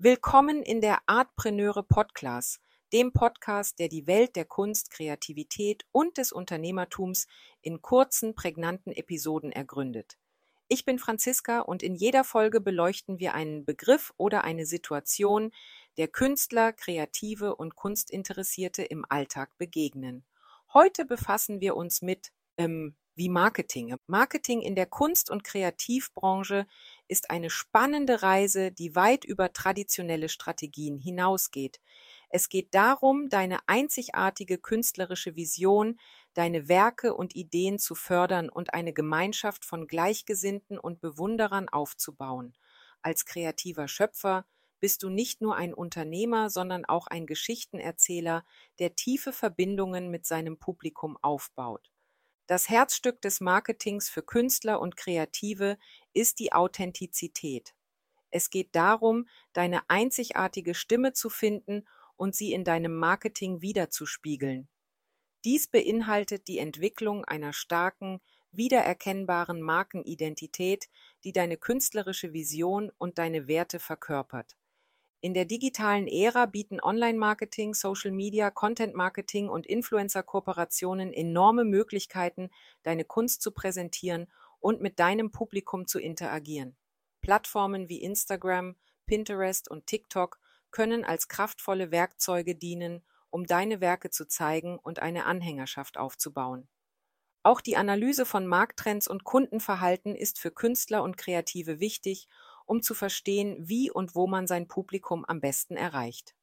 Willkommen in der Artpreneure Podcast, dem Podcast, der die Welt der Kunst, Kreativität und des Unternehmertums in kurzen, prägnanten Episoden ergründet. Ich bin Franziska und in jeder Folge beleuchten wir einen Begriff oder eine Situation, der Künstler, Kreative und Kunstinteressierte im Alltag begegnen. Heute befassen wir uns mit wie Marketing. Marketing in der Kunst- und Kreativbranche ist eine spannende Reise, die weit über traditionelle Strategien hinausgeht. Es geht darum, deine einzigartige künstlerische Vision, deine Werke und Ideen zu fördern und eine Gemeinschaft von Gleichgesinnten und Bewunderern aufzubauen. Als kreativer Schöpfer bist du nicht nur ein Unternehmer, sondern auch ein Geschichtenerzähler, der tiefe Verbindungen mit seinem Publikum aufbaut. Das Herzstück des Marketings für Künstler und Kreative ist die Authentizität. Es geht darum, deine einzigartige Stimme zu finden und sie in deinem Marketing widerzuspiegeln. Dies beinhaltet die Entwicklung einer starken, wiedererkennbaren Markenidentität, die deine künstlerische Vision und deine Werte verkörpert. In der digitalen Ära bieten Online-Marketing, Social Media, Content-Marketing und Influencer-Kooperationen enorme Möglichkeiten, deine Kunst zu präsentieren und mit deinem Publikum zu interagieren. Plattformen wie Instagram, Pinterest und TikTok können als kraftvolle Werkzeuge dienen, um deine Werke zu zeigen und eine Anhängerschaft aufzubauen. Auch die Analyse von Markttrends und Kundenverhalten ist für Künstler und Kreative wichtig, um zu verstehen, wie und wo man sein Publikum am besten erreicht.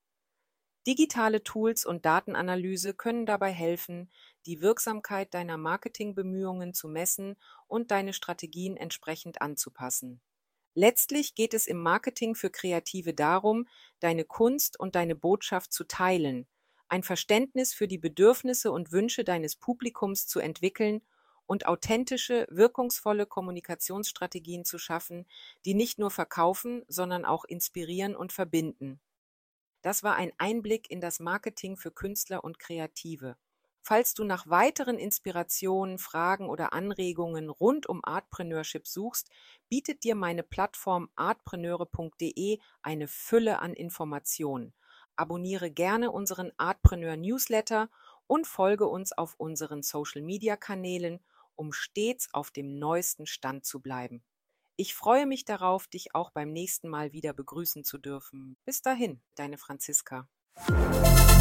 Digitale Tools und Datenanalyse können dabei helfen, die Wirksamkeit deiner Marketingbemühungen zu messen und deine Strategien entsprechend anzupassen. Letztlich geht es im Marketing für Kreative darum, deine Kunst und deine Botschaft zu teilen, ein Verständnis für die Bedürfnisse und Wünsche deines Publikums zu entwickeln und authentische, wirkungsvolle Kommunikationsstrategien zu schaffen, die nicht nur verkaufen, sondern auch inspirieren und verbinden. Das war ein Einblick in das Marketing für Künstler und Kreative. Falls du nach weiteren Inspirationen, Fragen oder Anregungen rund um Artpreneurship suchst, bietet dir meine Plattform artpreneure.de eine Fülle an Informationen. Abonniere gerne unseren Artpreneur Newsletter und folge uns auf unseren Social-Media-Kanälen, um stets auf dem neuesten Stand zu bleiben. Ich freue mich darauf, dich auch beim nächsten Mal wieder begrüßen zu dürfen. Bis dahin, deine Franziska.